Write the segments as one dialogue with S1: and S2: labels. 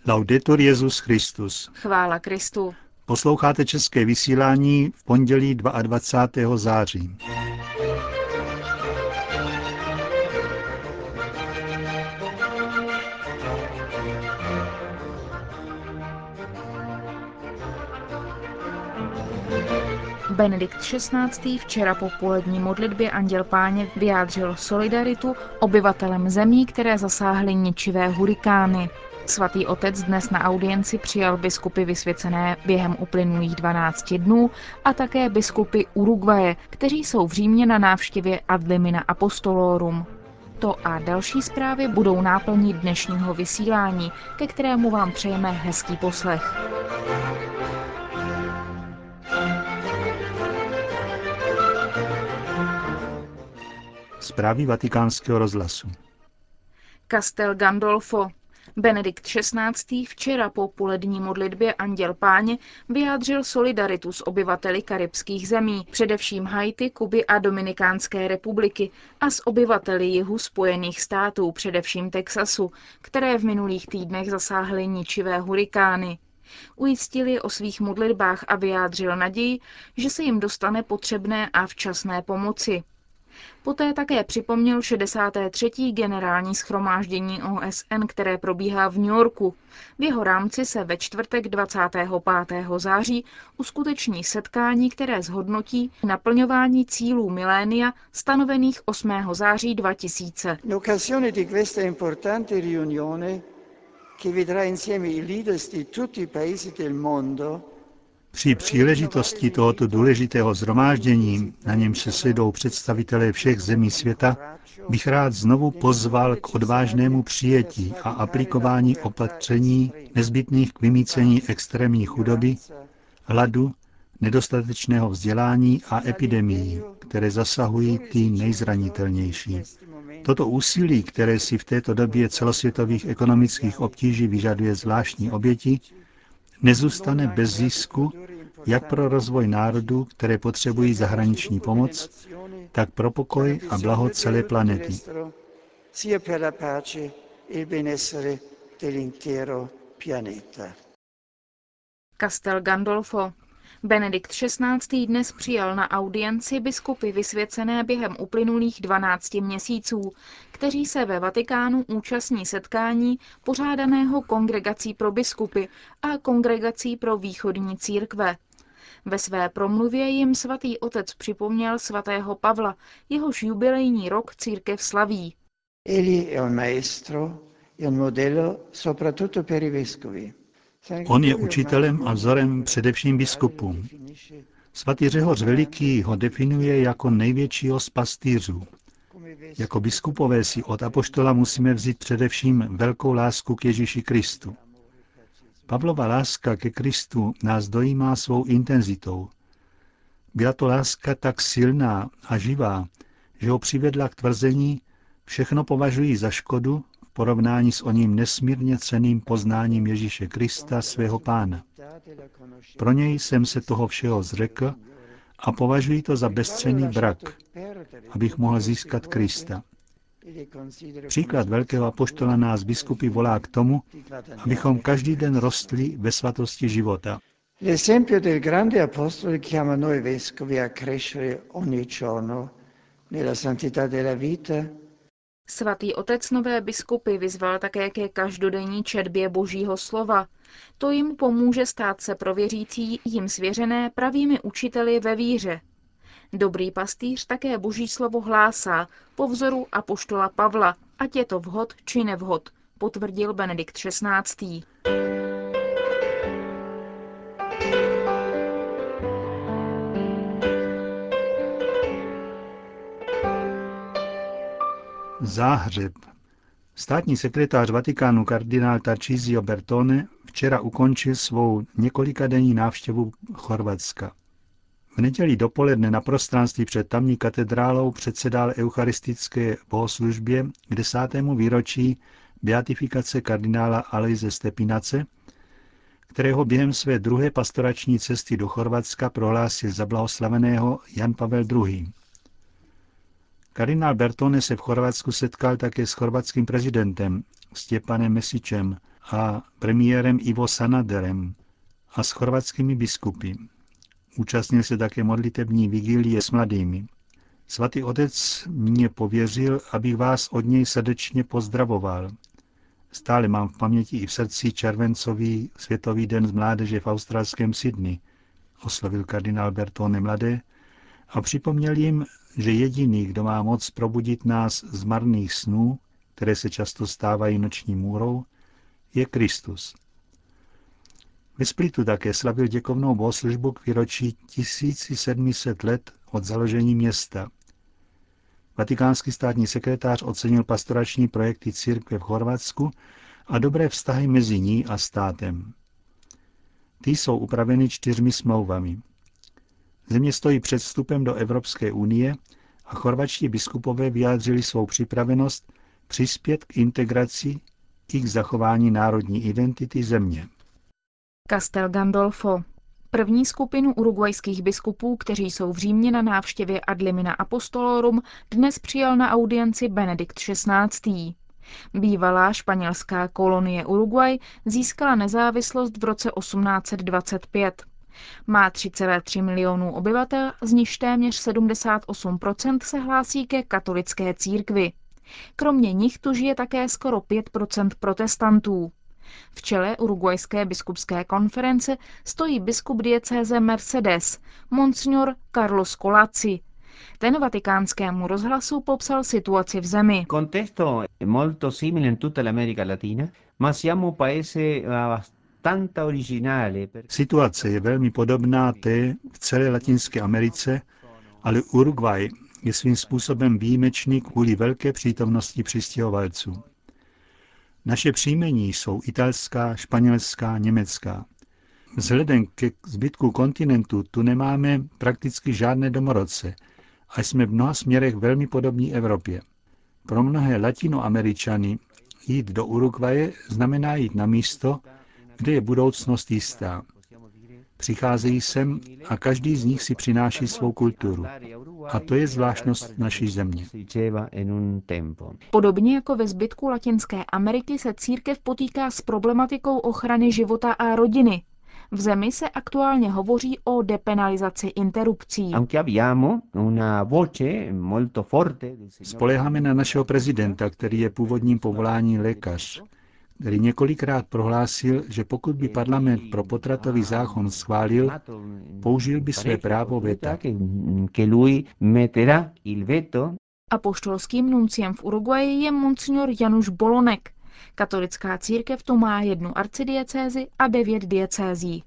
S1: Laudetur Jesus Christus.
S2: Chvála Kristu.
S1: Posloucháte české vysílání v pondělí 22. září.
S2: Benedikt XVI. Včera po polední modlitbě Anděl Páně vyjádřil solidaritu obyvatelem zemí, které zasáhly ničivé hurikány. Svatý otec dnes na audienci přijal biskupy vysvěcené během uplynulých 12 dnů a také biskupy Uruguaye, kteří jsou v Římě na návštěvě ad limina apostolorum. To a další zprávy budou náplní dnešního vysílání, ke kterému vám přejeme hezký poslech.
S1: Zprávy Vatikánského rozhlasu.
S2: Castel Gandolfo. Benedikt XVI. Včera po polední modlitbě Anděl Páně vyjádřil solidaritu s obyvateli karibských zemí, především Haiti, Kuby a Dominikánské republiky, a s obyvateli jihu Spojených států, především Texasu, které v minulých týdnech zasáhly ničivé hurikány. Ujistil je o svých modlitbách a vyjádřil naději, že se jim dostane potřebné a včasné pomoci. Poté také připomněl 63. generální shromáždění OSN, které probíhá v New Yorku. V jeho rámci se ve čtvrtek 25. září uskuteční setkání, které zhodnotí naplňování cílů milénia stanovených 8. září 2000.
S3: In occasione di questa importante riunione, che vedrà insieme i leaders di tutti i paesi del mondo,
S1: Při příležitosti tohoto důležitého shromáždění, na němž se sejdou představitelé všech zemí světa, bych rád znovu pozval k odvážnému přijetí a aplikování opatření nezbytných k vymýcení extrémní chudoby, hladu, nedostatečného vzdělání a epidemií, které zasahují ty nejzranitelnější. Toto úsilí, které si v této době celosvětových ekonomických obtíží vyžaduje zvláštní oběti, nezůstane bez zisku jak pro rozvoj národů, které potřebují zahraniční pomoc, tak pro pokoj a blaho celé planety.
S2: Castel Gandolfo. Benedikt XVI. Dnes přijal na audienci biskupy vysvěcené během uplynulých 12 měsíců, kteří se ve Vatikánu účastní setkání pořádaného Kongregací pro biskupy a Kongregací pro východní církve. Ve své promluvě jim svatý otec připomněl svatého Pavla, jehož jubilejní rok církev slaví.
S1: On je učitelem a vzorem především biskupům. Svatý Řehoř Veliký ho definuje jako největšího z pastýřů. Jako biskupové si od apoštola musíme vzít především velkou lásku k Ježíši Kristu. Pavlova láska ke Kristu nás dojímá svou intenzitou. Byla to láska tak silná a živá, že ho přivedla k tvrzení: všechno považuji za škodu v porovnání s oním nesmírně cenným poznáním Ježíše Krista, svého Pána. Pro něj jsem se toho všeho zřekl a považuji to za bezcenný brak, abych mohl získat Krista. Příklad velkého apoštola nás biskupy volá k tomu, abychom každý den rostli ve svatosti života.
S3: L'esempio del grande apostolo chiama noi vescovi a crescere ogni giorno nella santità della vita.
S2: Svatý otec nové biskupy vyzval také ke každodenní četbě Božího slova. To jim pomůže stát se pro věřící jim svěřené pravými učiteli ve víře. Dobrý pastýř také Boží slovo hlásá po vzoru apoštola Pavla, ať je to vhod či nevhod, potvrdil Benedikt XVI.
S1: Záhřeb. Státní sekretář Vatikánu kardinál Tarcísio Bertone včera ukončil svou několikadenní návštěvu Chorvatska. V neděli dopoledne na prostranství před tamní katedrálou předsedal eucharistické bohoslužbě k 10. výročí beatifikace kardinála Alojze Stepinace, kterého během své druhé pastorační cesty do Chorvatska prohlásil za blahoslaveného Jan Pavel II. Kardinál Bertone se v Chorvatsku setkal také s chorvatským prezidentem Stjepanem Mesićem a premiérem Ivo Sanaderem a s chorvatskými biskupy. Účastnil se také modlitební vigílie s mladými. Svatý otec mě pověřil, abych vás od něj srdečně pozdravoval. Stále mám v paměti i v srdci červencový Světový den z mládeže v australském Sydney, oslovil kardinál Bertone mladé a připomněl jim, že jediný, kdo má moc probudit nás z marných snů, které se často stávají noční můrou, je Kristus. Ve Splitu také slavil děkovnou bohoslužbu k výročí 1700 let od založení města. Vatikánský státní sekretář ocenil pastorační projekty církve v Chorvatsku a dobré vztahy mezi ní a státem. Ty jsou upraveny 4 smlouvami. Země stojí před vstupem do Evropské unie a chorvatští biskupové vyjádřili svou připravenost přispět k integraci i k zachování národní identity země.
S2: Castel Gandolfo. První skupinu urugvajských biskupů, kteří jsou v Římě na návštěvě ad limina apostolorum, dnes přijal na audienci Benedikt XVI. Bývalá španělská kolonie Uruguay získala nezávislost v roce 1825. Má 3,3 milionů obyvatel, z nichž téměř 78% se hlásí ke katolické církvi. Kromě nich tu žije také skoro 5% protestantů. V čele Uruguayské biskupské konference stojí biskup diecéze Mercedes, monsignor Carlos Colazzi. Ten vatikánskému rozhlasu popsal situaci v zemi.
S4: Contesto molto simile in tutta l'America Latina, ma siamo paese abbastanza originale.
S1: Situace je velmi podobná té v celé Latinské Americe, ale Uruguay je svým způsobem výjimečný kvůli velké přítomnosti přistěhovalců. Naše příjmení jsou italská, španělská, německá. Vzhledem ke zbytku kontinentu tu nemáme prakticky žádné domorodce a jsme v mnoha směrech velmi podobní Evropě. Pro mnohé Latinoameričany jít do Uruguaye znamená jít na místo, kde je budoucnost jistá. Přicházejí sem a každý z nich si přináší svou kulturu. A to je zvláštnost naší země.
S2: Podobně jako ve zbytku Latinské Ameriky se církev potýká s problematikou ochrany života a rodiny. V zemi se aktuálně hovoří o depenalizaci interrupcí.
S1: Spoléháme na našeho prezidenta, který je původním povolání lékař, který několikrát prohlásil, že pokud by parlament pro potratový zákon schválil, použil by své právo veta.
S2: Apoštolským nunciem v Uruguayi je monsignor Januš Bolonek. Katolická církev tu má 1 arcidiecézi a 9 diecézí.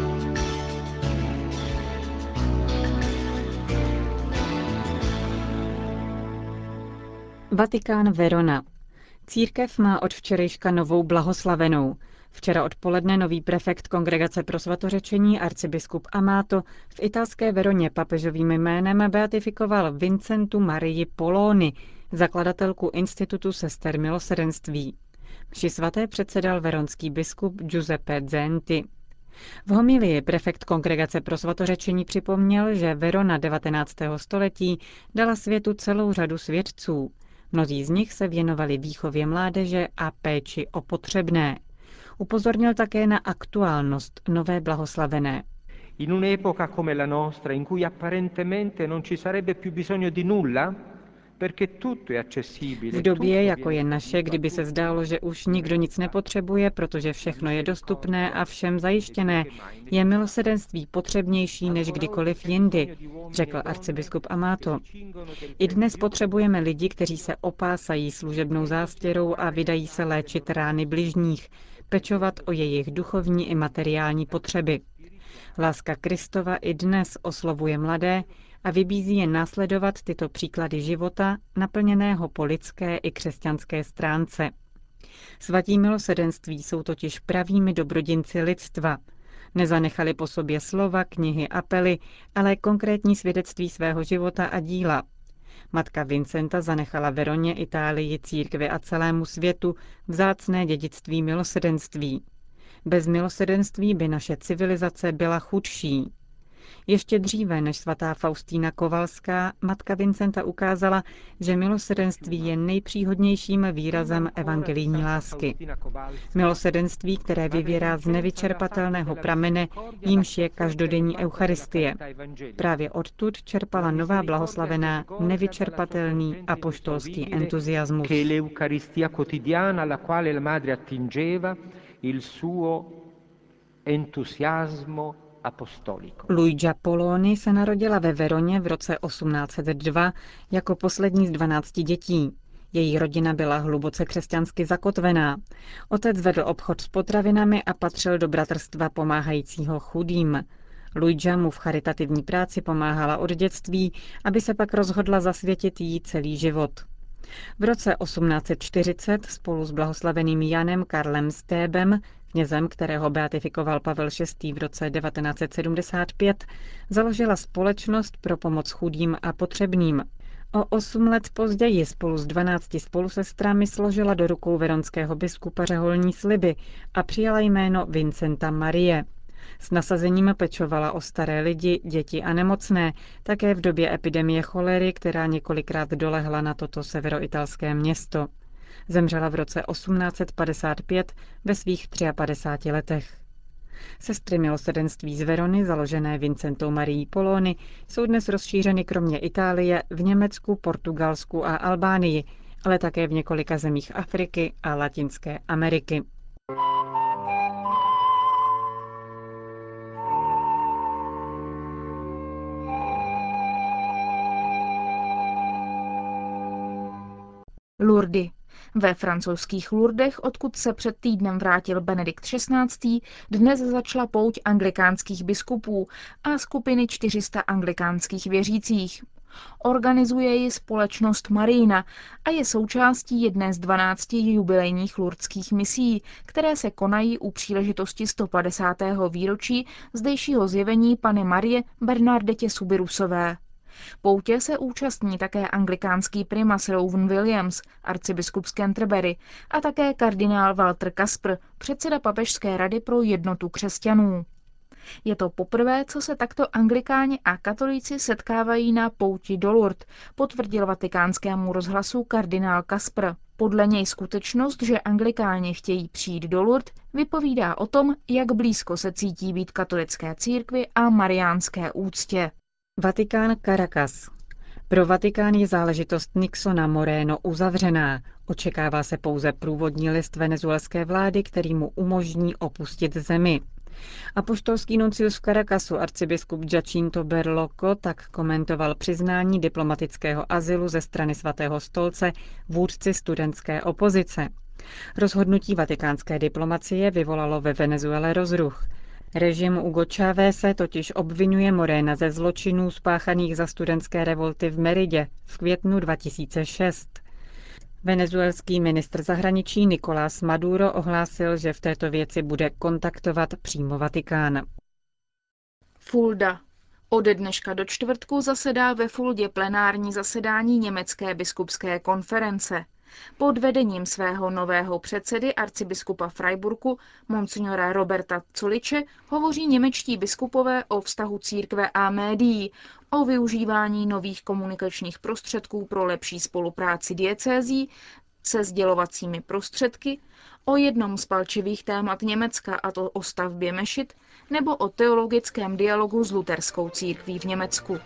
S5: Vatikán Verona. Církev má od včerejška novou blahoslavenou. Včera odpoledne nový prefekt Kongregace pro svatořečení arcibiskup Amato v italské Veroně papežovým jménem beatifikoval Vincentu Marii Poloni, zakladatelku Institutu sester milosrdenství. Mši svaté předsedal veronský biskup Giuseppe Zenti. V homilii prefekt Kongregace pro svatořečení připomněl, že Verona 19. století dala světu celou řadu svědců. Mnozí z nich se věnovali výchově mládeže a péči o potřebné. Upozornil také na aktuálnost nové blahoslavené.
S6: In un'epoca come la nostra, in cui apparentemente non ci sarebbe più bisogno di nulla, perché tutto è accessibile.
S5: V době, jako je naše, kdyby se zdálo, že už nikdo nic nepotřebuje, protože všechno je dostupné a všem zajištěné, je milosrdenství potřebnější než kdykoliv jindy, řekl arcibiskup Amato. I dnes potřebujeme lidi, kteří se opásají služebnou zástěrou a vydají se léčit rány bližních, pečovat o jejich duchovní i materiální potřeby. Láska Kristova i dnes oslovuje mladé a vybízí je následovat tyto příklady života, naplněného po lidské i křesťanské stránce. Svatí milosrdenství jsou totiž pravými dobrodinci lidstva. Nezanechali po sobě slova, knihy, apely, ale konkrétní svědectví svého života a díla. Matka Vincenta zanechala Veroně, Itálii, církvi a celému světu vzácné dědictví milosrdenství. Bez milosrdenství by naše civilizace byla chudší. Ještě dříve než svatá Faustína Kovalská, matka Vincenta ukázala, že milosrdenství je nejpříhodnějším výrazem evangelijní lásky. Milosrdenství, které vyvěrá z nevyčerpatelného pramene, jímž je každodenní eucharistie. Právě odtud čerpala nová blahoslavená nevyčerpatelný apoštolský entuziasmus. Luigia Poloni se narodila ve Veroně v roce 1802 jako poslední z 12 dětí. Její rodina byla hluboce křesťansky zakotvená. Otec vedl obchod s potravinami a patřil do bratrstva pomáhajícího chudým. Luigia mu v charitativní práci pomáhala od dětství, aby se pak rozhodla zasvětit jí celý život. V roce 1840 spolu s blahoslaveným Janem Karlem Stébem, knězem, kterého beatifikoval Pavel VI. V roce 1975, založila společnost pro pomoc chudým a potřebným. O 8 let později spolu s 12 spolusestrami složila do rukou veronského biskupa řeholní sliby a přijala jméno Vincenta Marie. S nasazením pečovala o staré lidi, děti a nemocné, také v době epidemie cholery, která několikrát dolehla na toto severoitalské město. Zemřela v roce 1855 ve svých 53 letech. Sestry milosrdenství z Verony, založené Vincentou Marií Poloni, jsou dnes rozšířeny kromě Itálie v Německu, Portugalsku a Albánii, ale také v několika zemích Afriky a Latinské Ameriky.
S2: Lourdes. Ve francouzských Lourdech, odkud se před týdnem vrátil Benedikt XVI., dnes začala pouť anglikánských biskupů a skupiny 400 anglikánských věřících. Organizuje ji společnost Marina a je součástí jedné z 12 jubilejních lourdských misí, které se konají u příležitosti 150. výročí zdejšího zjevení Panny Marie Bernardetě Subirusové. Poutě se účastní také anglikánský primas Rowan Williams, arcibiskup z Canterbury, a také kardinál Walter Kasper, předseda Papežské rady pro jednotu křesťanů. Je to poprvé, co se takto anglikáni a katolíci setkávají na pouti do Lourdes, potvrdil Vatikánskému rozhlasu kardinál Kasper. Podle něj skutečnost, že anglikáni chtějí přijít do Lourdes, vypovídá o tom, jak blízko se cítí být katolické církvi a mariánské úctě.
S5: Vatikán, Caracas. Pro Vatikán je záležitost Nixona Moreno uzavřená. Očekává se pouze průvodní list venezuelské vlády, který mu umožní opustit zemi. Apoštolský nuncius v Caracasu arcibiskup Giacinto Berlocco tak komentoval přiznání diplomatického azylu ze strany Svatého stolce vůdci studentské opozice. Rozhodnutí vatikánské diplomacie vyvolalo ve Venezuele rozruch. Režim Hugo Chávese totiž obvinuje Morena ze zločinů spáchaných za studentské revolty v Meridě v květnu 2006. Venezuelský ministr zahraničí Nicolás Maduro ohlásil, že v této věci bude kontaktovat přímo Vatikán.
S2: Fulda. Ode dneška do čtvrtku zasedá ve Fuldě plenární zasedání Německé biskupské konference. Pod vedením svého nového předsedy arcibiskupa Freiburgu, monsignora Roberta Zoliče, hovoří němečtí biskupové o vztahu církve a médií, o využívání nových komunikačních prostředků pro lepší spolupráci diecézí se sdělovacími prostředky, o jednom z palčivých témat Německa, a to o stavbě mešit, nebo o teologickém dialogu s luterskou církví v Německu.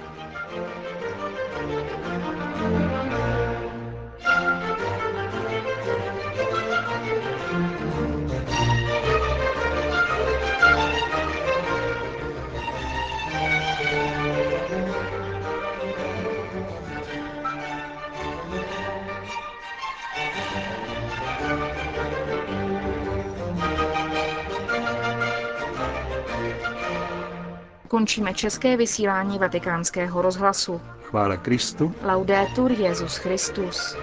S2: Končíme české vysílání Vatikánského rozhlasu.
S1: Chvála Kristu.
S2: Laudetur Jesus Christus.